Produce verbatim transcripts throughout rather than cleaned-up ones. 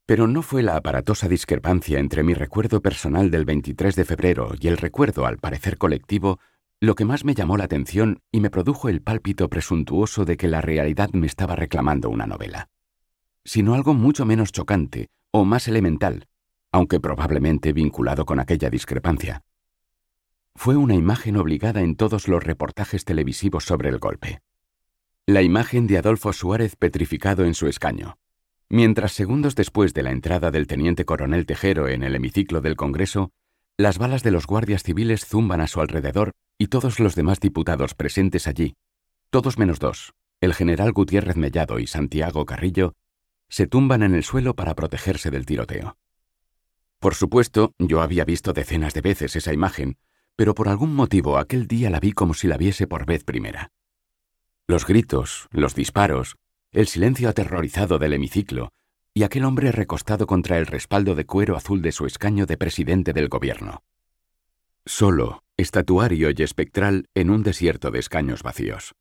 Pero no fue la aparatosa discrepancia entre mi recuerdo personal del veintitrés de febrero y el recuerdo, al parecer colectivo, lo que más me llamó la atención y me produjo el pálpito presuntuoso de que la realidad me estaba reclamando una novela, sino algo mucho menos chocante o más elemental, aunque probablemente vinculado con aquella discrepancia. Fue una imagen obligada en todos los reportajes televisivos sobre el golpe. La imagen de Adolfo Suárez petrificado en su escaño, mientras segundos después de la entrada del teniente coronel Tejero en el hemiciclo del Congreso, las balas de los guardias civiles zumban a su alrededor y todos los demás diputados presentes allí, todos menos dos, el general Gutiérrez Mellado y Santiago Carrillo, se tumban en el suelo para protegerse del tiroteo. Por supuesto, yo había visto decenas de veces esa imagen, pero por algún motivo aquel día la vi como si la viese por vez primera. Los gritos, los disparos, el silencio aterrorizado del hemiciclo y aquel hombre recostado contra el respaldo de cuero azul de su escaño de presidente del gobierno. Solo, estatuario y espectral en un desierto de escaños vacíos.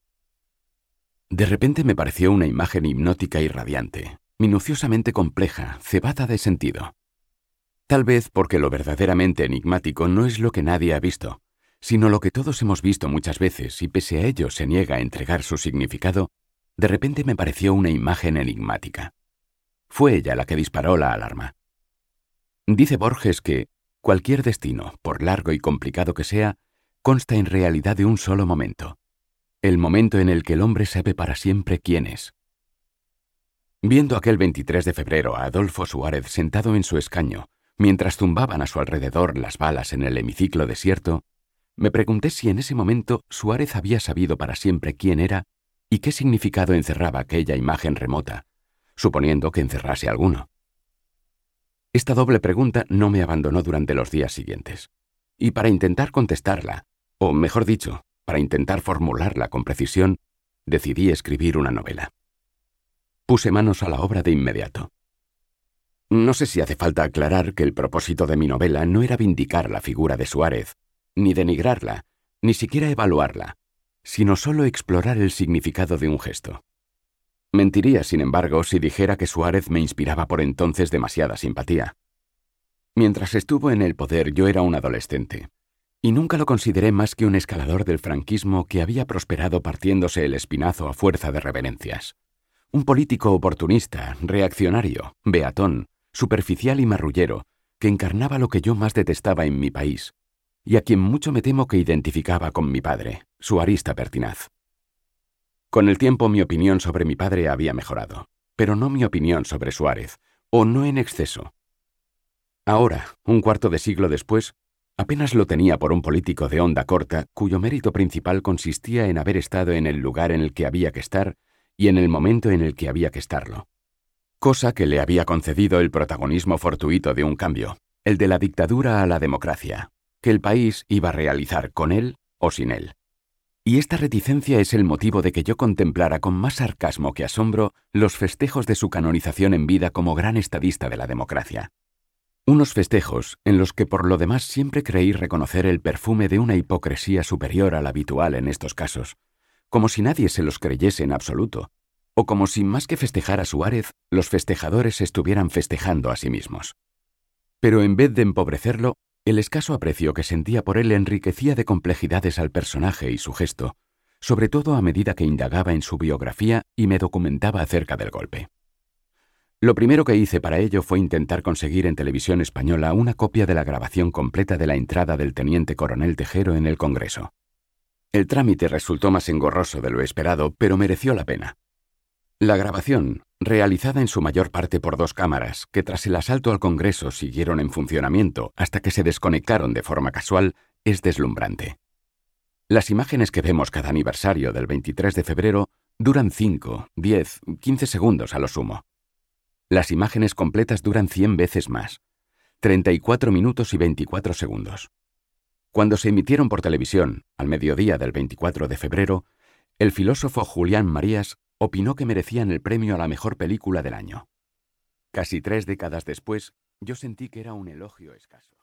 De repente me pareció una imagen hipnótica y radiante, minuciosamente compleja, cebada de sentido. Tal vez porque lo verdaderamente enigmático no es lo que nadie ha visto, sino lo que todos hemos visto muchas veces y pese a ello se niega a entregar su significado, de repente me pareció una imagen enigmática. Fue ella la que disparó la alarma. Dice Borges que cualquier destino, por largo y complicado que sea, consta en realidad de un solo momento, el momento en el que el hombre sabe para siempre quién es. Viendo aquel veintitrés de febrero a Adolfo Suárez sentado en su escaño, mientras zumbaban a su alrededor las balas en el hemiciclo desierto, me pregunté si en ese momento Suárez había sabido para siempre quién era y qué significado encerraba aquella imagen remota, suponiendo que encerrase alguno. Esta doble pregunta no me abandonó durante los días siguientes, y para intentar contestarla, o mejor dicho, para intentar formularla con precisión, decidí escribir una novela. Puse manos a la obra de inmediato. No sé si hace falta aclarar que el propósito de mi novela no era vindicar la figura de Suárez, ni denigrarla, ni siquiera evaluarla, sino solo explorar el significado de un gesto. Mentiría, sin embargo, si dijera que Suárez me inspiraba por entonces demasiada simpatía. Mientras estuvo en el poder yo era un adolescente, y nunca lo consideré más que un escalador del franquismo que había prosperado partiéndose el espinazo a fuerza de reverencias. Un político oportunista, reaccionario, beatón, superficial y marrullero, que encarnaba lo que yo más detestaba en mi país, y a quien mucho me temo que identificaba con mi padre, suarista pertinaz. Con el tiempo mi opinión sobre mi padre había mejorado, pero no mi opinión sobre Suárez, o no en exceso. Ahora, un cuarto de siglo después, apenas lo tenía por un político de onda corta cuyo mérito principal consistía en haber estado en el lugar en el que había que estar y en el momento en el que había que estarlo. Cosa que le había concedido el protagonismo fortuito de un cambio, el de la dictadura a la democracia, que el país iba a realizar con él o sin él. Y esta reticencia es el motivo de que yo contemplara con más sarcasmo que asombro los festejos de su canonización en vida como gran estadista de la democracia. Unos festejos en los que por lo demás siempre creí reconocer el perfume de una hipocresía superior a la habitual en estos casos, como si nadie se los creyese en absoluto, o como si más que festejar a Suárez, los festejadores estuvieran festejando a sí mismos. Pero en vez de empobrecerlo, el escaso aprecio que sentía por él enriquecía de complejidades al personaje y su gesto, sobre todo a medida que indagaba en su biografía y me documentaba acerca del golpe. Lo primero que hice para ello fue intentar conseguir en televisión española una copia de la grabación completa de la entrada del teniente coronel Tejero en el Congreso. El trámite resultó más engorroso de lo esperado, pero mereció la pena. La grabación, realizada en su mayor parte por dos cámaras, que tras el asalto al Congreso siguieron en funcionamiento hasta que se desconectaron de forma casual, es deslumbrante. Las imágenes que vemos cada aniversario del veintitrés de febrero duran cinco, diez, quince segundos a lo sumo. Las imágenes completas duran cien veces más, treinta y cuatro minutos y veinticuatro segundos. Cuando se emitieron por televisión, al mediodía del veinticuatro de febrero, el filósofo Julián Marías opinó que merecían el premio a la mejor película del año. Casi tres décadas después, yo sentí que era un elogio escaso.